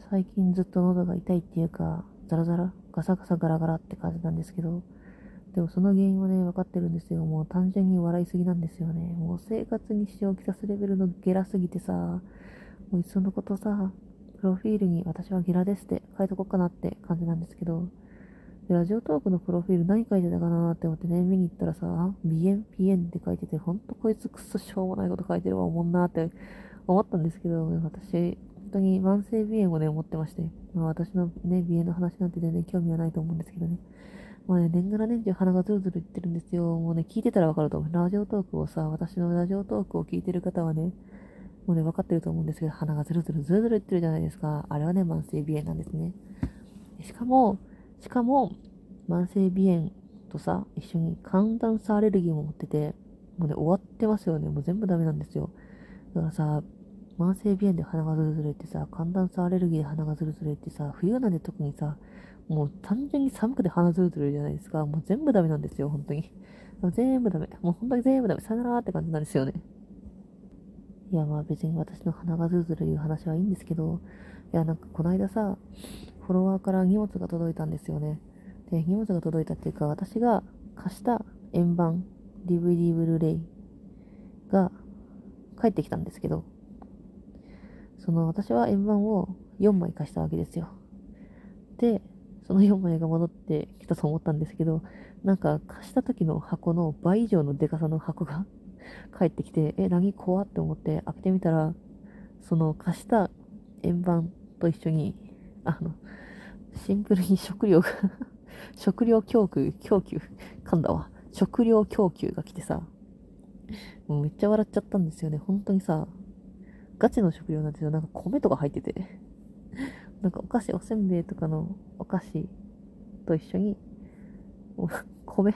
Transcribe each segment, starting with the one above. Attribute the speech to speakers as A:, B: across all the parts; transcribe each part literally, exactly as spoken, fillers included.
A: 最近ずっと喉が痛いっていうか、ザラザラ、ガサガサガラガラって感じなんですけど、でもその原因はね、分かってるんですよ。もう単純に笑いすぎなんですよね。もう生活に支障をきたすレベルのゲラすぎてさ、もういっそのことさ、プロフィールに私はゲラですって書いとこうかなって感じなんですけど、でラジオトークのプロフィール何書いてたかなって思ってね、見に行ったらさ、鼻炎、鼻炎って書いてて、ほんとこいつくっそしょうもないこと書いてるわ、おもんなって思ったんですけど、私、本当に慢性鼻炎をね、思ってまして、まあ私のね、鼻炎の話なんて全然興味はないと思うんですけどね。まあね、年がら年中鼻がズルズルいってるんですよ。もうね、聞いてたらわかると思う。ラジオトークをさ、私のラジオトークを聞いてる方はね、もうね、わかってると思うんですけど、鼻がズルズルズルズルいってるじゃないですか。あれはね、慢性鼻炎なんですね。しかも、しかも、慢性鼻炎とさ、一緒に寒暖差アレルギーも持ってて、もうね、終わってますよね。もう全部ダメなんですよ。だからさ、慢性鼻炎で鼻がズルズルいってさ、寒暖差アレルギーで鼻がズルズルいってさ、冬なんで特にさ、もう単純に寒くて鼻ズルズルじゃないですか。もう全部ダメなんですよ、本当に。全部ダメ。もう本当に全部ダメ。さよならって感じなんですよね。いや、まあ別に私の鼻がズルズルいう話はいいんですけど、いや、なんかこの間さ、フォロワーから荷物が届いたんですよね。で、荷物が届いたっていうか、私が貸した円盤、ディーブイディー ブルーレイが帰ってきたんですけど、その私は円盤をよんまい貸したわけですよ。で、そのよんまいが戻ってきたと思ったんですけど、なんか貸した時の箱の倍以上のデカさの箱が帰ってきて、え、何怖って思って開けてみたら、その貸した円盤と一緒に、あの、シンプルに食料が食料供給、供給、噛んだわ。食料供給が来てさ、もうめっちゃ笑っちゃったんですよね。本当にさ、ガチの食料なんですよ。なんか米とか入ってて。なんかお菓子、おせんべいとかのお菓子と一緒に、米、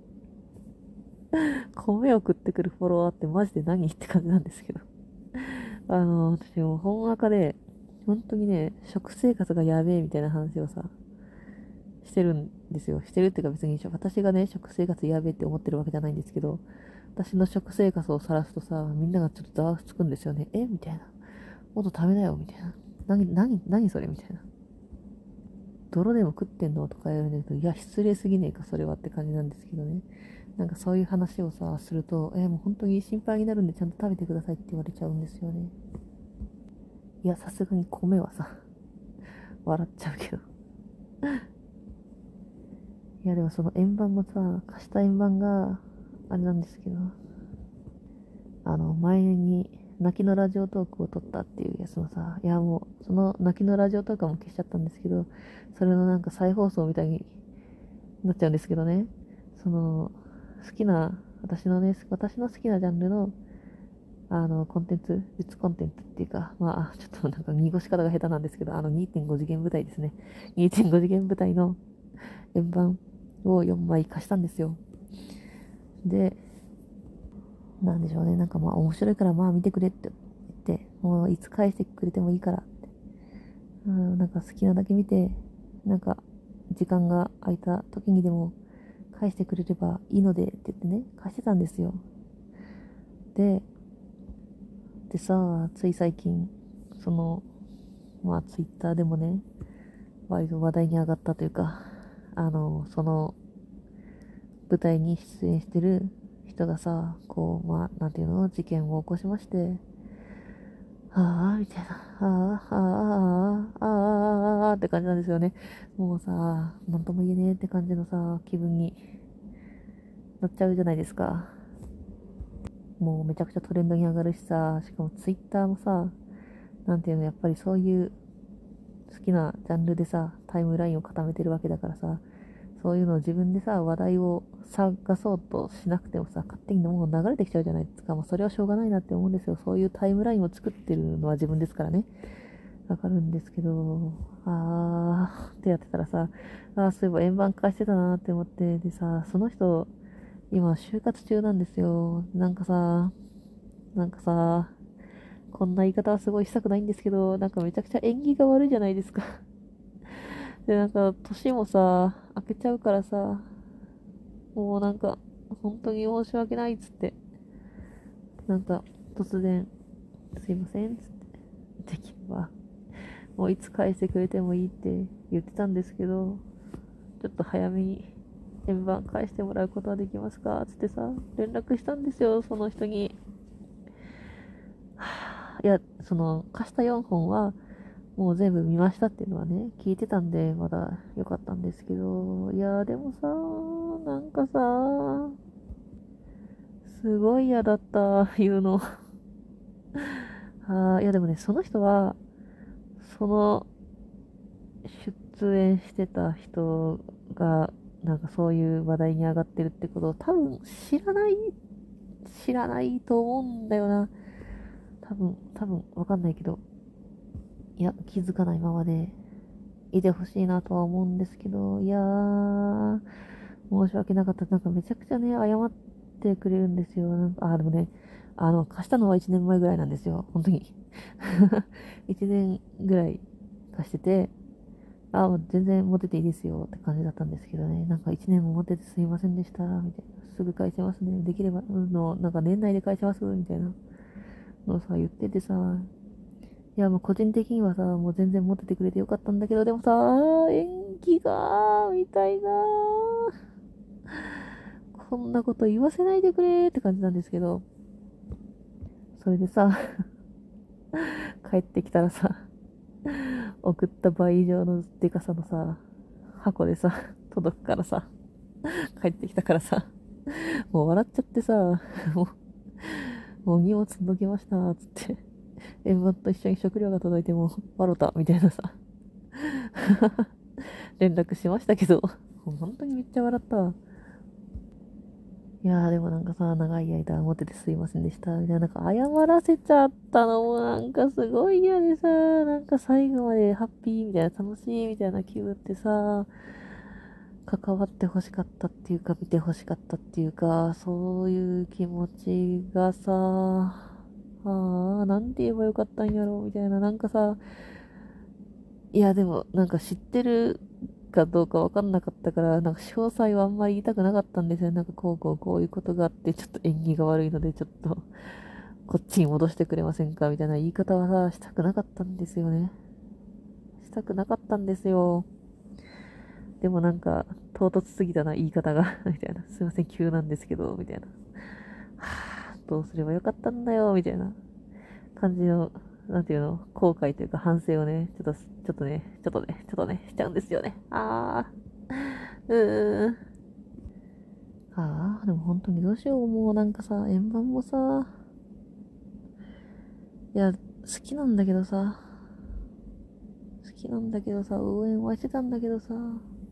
A: 米を食ってくるフォロワーってマジで何って感じなんですけど。あの、私も本赤で、本当にね、食生活がやべえみたいな話をさ、してるんですよ。してるっていうか別に私がね、食生活やべえって思ってるわけじゃないんですけど、私の食生活を晒すとさ、みんながちょっとざわつくんですよね。えみたいな。もっと食べなよみたいな。何、何、何それみたいな。泥でも食ってんのとか言われるけど、いや、失礼すぎねえか、それはって感じなんですけどね。なんかそういう話をさ、すると、えー、もう本当に心配になるんでちゃんと食べてくださいって言われちゃうんですよね。いや、さすがに米はさ、笑っちゃうけど。いや、でもその円盤もさ、貸した円盤が、あれなんですけど、あの、前に、泣きのラジオトークを撮ったっていうやつのさ、いやもう、その泣きのラジオトークも消しちゃったんですけど、それのなんか再放送みたいになっちゃうんですけどね、その、好きな、私のね、私の好きなジャンルの、あの、コンテンツ、実コンテンツっていうか、まあ、ちょっとなんか濁し方が下手なんですけど、あのにてんご次元舞台ですね。にてんご次元舞台の円盤をよんまい貸したんですよ。で、なんでしょうね。なんかまあ面白いからまあ見てくれって言って、もういつ返してくれてもいいからって。うん、なんか好きなだけ見て、なんか時間が空いた時にでも返してくれればいいのでって言ってね、返してたんですよ。で、でさ、つい最近、その、まあツイッターでもね、割と話題に上がったというか、あの、その舞台に出演してる人がさ、こう、まあ、なんていうの、事件を起こしまして、ああ、みたいな、ああ、ああ、ああ、ああ、ああって感じなんですよね。もうさ、なんとも言えねえって感じのさ、気分になっちゃうじゃないですか。もうめちゃくちゃトレンドに上がるしさ、しかもツイッターもさ、なんていうの、やっぱりそういう好きなジャンルでさ、タイムラインを固めてるわけだからさ、そういうのを自分でさ、話題を探そうとしなくてもさ、勝手にもう流れてきちゃうじゃないですか。もうそれはしょうがないなって思うんですよ。そういうタイムラインを作ってるのは自分ですからね。わかるんですけど、あーってやってたらさ、あーそういえば円盤化してたなって思って、でさ、その人、今就活中なんですよ。なんかさ、なんかさ、こんな言い方はすごいしたくないんですけど、なんかめちゃくちゃ縁起が悪いじゃないですか。で、なんか、年もさ、明けちゃうからさ、もうなんか、本当に申し訳ないっつって、なんか、突然、すいませんっつって、できれば、 もういつ返してくれてもいいって言ってたんですけど、ちょっと早めに円盤返してもらうことはできますかつってさ、連絡したんですよ、その人に。いや、その、貸したよんほんは、もう全部見ましたっていうのはね、聞いてたんで、まだ良かったんですけど、いやーでもさ、なんかさ、すごい嫌だった、言うの。あーいやでもね、その人は、その、出演してた人が、なんかそういう話題に上がってるってことを多分知らない、知らないと思うんだよな。多分、多分、わかんないけど、いや、気づかないままでいてほしいなとは思うんですけど、いやー、申し訳なかった。なんかめちゃくちゃね、謝ってくれるんですよ。なんか、あ、でもね、あの、貸したのはいちねんまえぐらいなんですよ。本当に。いちねんぐらい貸してて、あ、もう全然持ってていいですよって感じだったんですけどね。なんかいちねんも持っててすいませんでした、みたいな。すぐ返せますね。できれば、の、なんか年内で返せます、みたいなのをさ、言っててさ、いや、もう個人的にはさ、もう全然持っててくれてよかったんだけど、でもさ、演技が、みたいな、こんなこと言わせないでくれって感じなんですけど、それでさ、帰ってきたらさ、送った倍以上のデカさのさ、箱でさ、届くからさ、帰ってきたからさ、もう笑っちゃってさ、もう、もう荷物届きました、つって、円盤と一緒に食料が届いても、わろた、みたいなさ、連絡しましたけど、もう本当にめっちゃ笑ったわ。いやーでもなんかさ、長い間持っててすいませんでした。みたいな、なんか謝らせちゃったのもなんかすごい嫌でさ、なんか最後までハッピーみたいな、楽しいみたいな気分ってさ、関わってほしかったっていうか、見てほしかったっていうか、そういう気持ちがさ、ああ、なんて言えばよかったんやろうみたいな、なんかさ、いやでもなんか知ってるかどうかわかんなかったから、なんか詳細はあんまり言いたくなかったんですよ。なんかこうこうこういうことがあって、ちょっと縁起が悪いので、ちょっとこっちに戻してくれませんかみたいな言い方はさ、したくなかったんですよね。したくなかったんですよ。でもなんか、唐突すぎたな、言い方がみたいな。すいません、急なんですけど、みたいな。はぁ、どうすればよかったんだよ、みたいな感じの、なんていうの、後悔というか反省をね、ちょっと、ちょっとね、ちょっとね、ちょっとね、しちゃうんですよね。あー、うーん。ああ、でも本当にどうしよう。もうなんかさ、円盤もさ、いや、好きなんだけどさ、好きなんだけどさ、応援はしてたんだけどさ、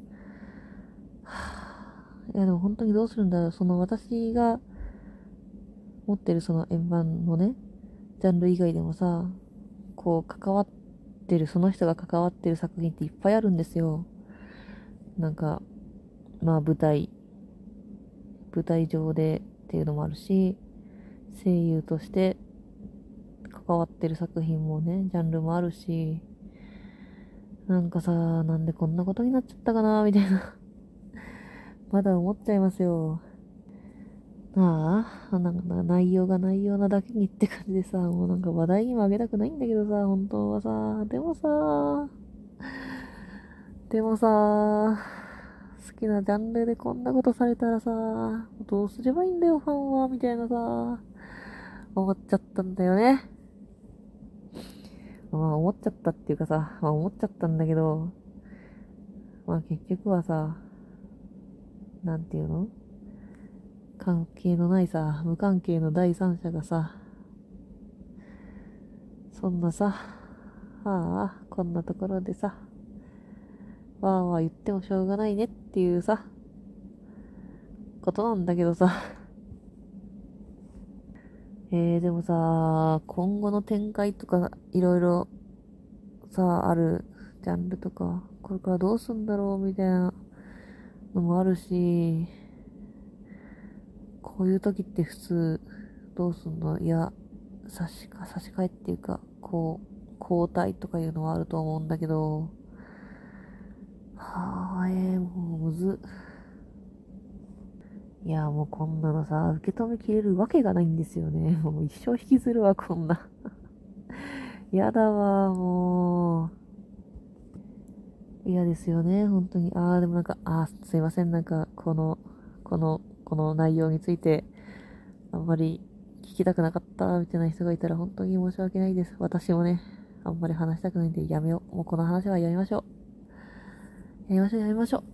A: いやでも本当にどうするんだろう。その私が持ってるその円盤のね、ジャンル以外でもさ、こう関わってる、その人が関わってる作品っていっぱいあるんですよ。なんか、まあ舞台、舞台上でっていうのもあるし、声優として関わってる作品もね、ジャンルもあるし、なんかさ、なんでこんなことになっちゃったかな、みたいな。まだ思っちゃいますよ。ああ、なんか内容が内容なだけにって感じでさ、もうなんか話題にもあげたくないんだけどさ、本当はさ、でもさ、でもさ、好きなジャンルでこんなことされたらさ、どうすればいいんだよ、ファンは、みたいなさ、思っちゃったんだよね。まあ思っちゃったっていうかさ、まあ思っちゃったんだけど、まあ結局はさ、なんていうの関係のないさ、無関係の第三者がさ、そんなさ、ああ、こんなところでさ、わーわー言ってもしょうがないねっていうさ、ことなんだけどさ、えー、でもさ、今後の展開とか、いろいろさ、あるジャンルとか、これからどうすんだろうみたいなのもあるし、こういう時って普通、どうすんのいや、差しか、差し替えっていうか、こう、交代とかいうのはあると思うんだけど、はあ、えー、もうむずっ。いや、もうこんなのさ、受け止めきれるわけがないんですよね。もう一生引きずるわ、こんな。やだわ、もう。 嫌ですよね、本当に。ああ、でもなんか、あーすいません、なんか、この、この、この内容について、あんまり聞きたくなかったみたいな人がいたら本当に申し訳ないです。私もね、あんまり話したくないんでやめよう。もうこの話はやめましょう。やめましょう、やめましょ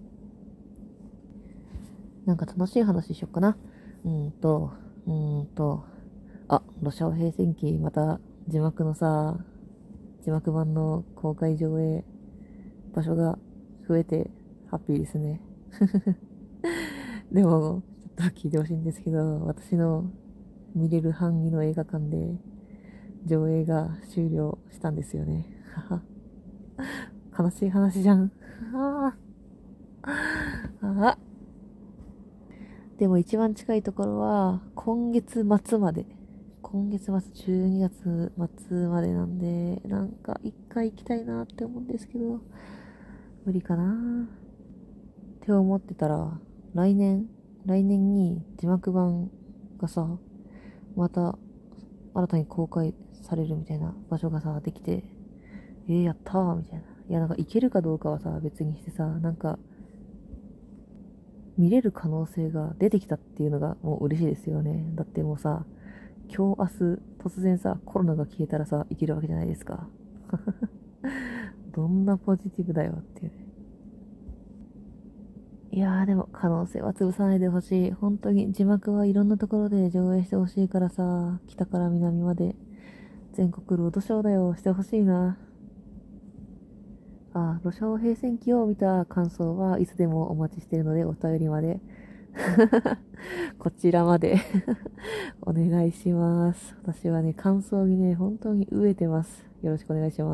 A: う。なんか楽しい話しよっかな。うーんと、うーんと、あ、ロシア語平戦記、また字幕のさ、字幕版の公開上映場所が増えてハッピーですね。でも、ちょっと聞いてほしいんですけど、私の見れる範囲の映画館で上映が終了したんですよね。悲しい話じゃん。ああ。あでも一番近いところは、今月末まで。今月末、じゅうにがつ末までなんで、なんか一回行きたいなって思うんですけど、無理かなって思ってたら、来年、来年に字幕版がさ、また新たに公開されるみたいな場所がさ、できて、えー、やったーみたいな。いや、なんか行けるかどうかはさ、別にしてさ、なんか、見れる可能性が出てきたっていうのがもう嬉しいですよね。だってもうさ、今日明日突然さ、コロナが消えたらさ、生きるわけじゃないですか。どんなポジティブだよっていうね。いやーでも可能性は潰さないでほしい。本当に字幕はいろんなところで上映してほしいからさ、北から南まで全国ロードショーだよしてほしいな。あ、ロシア語平戦記を見た感想はいつでもお待ちしているのでお便りまでこちらまでお願いします。私はね、感想にね、本当に飢えてます。よろしくお願いします。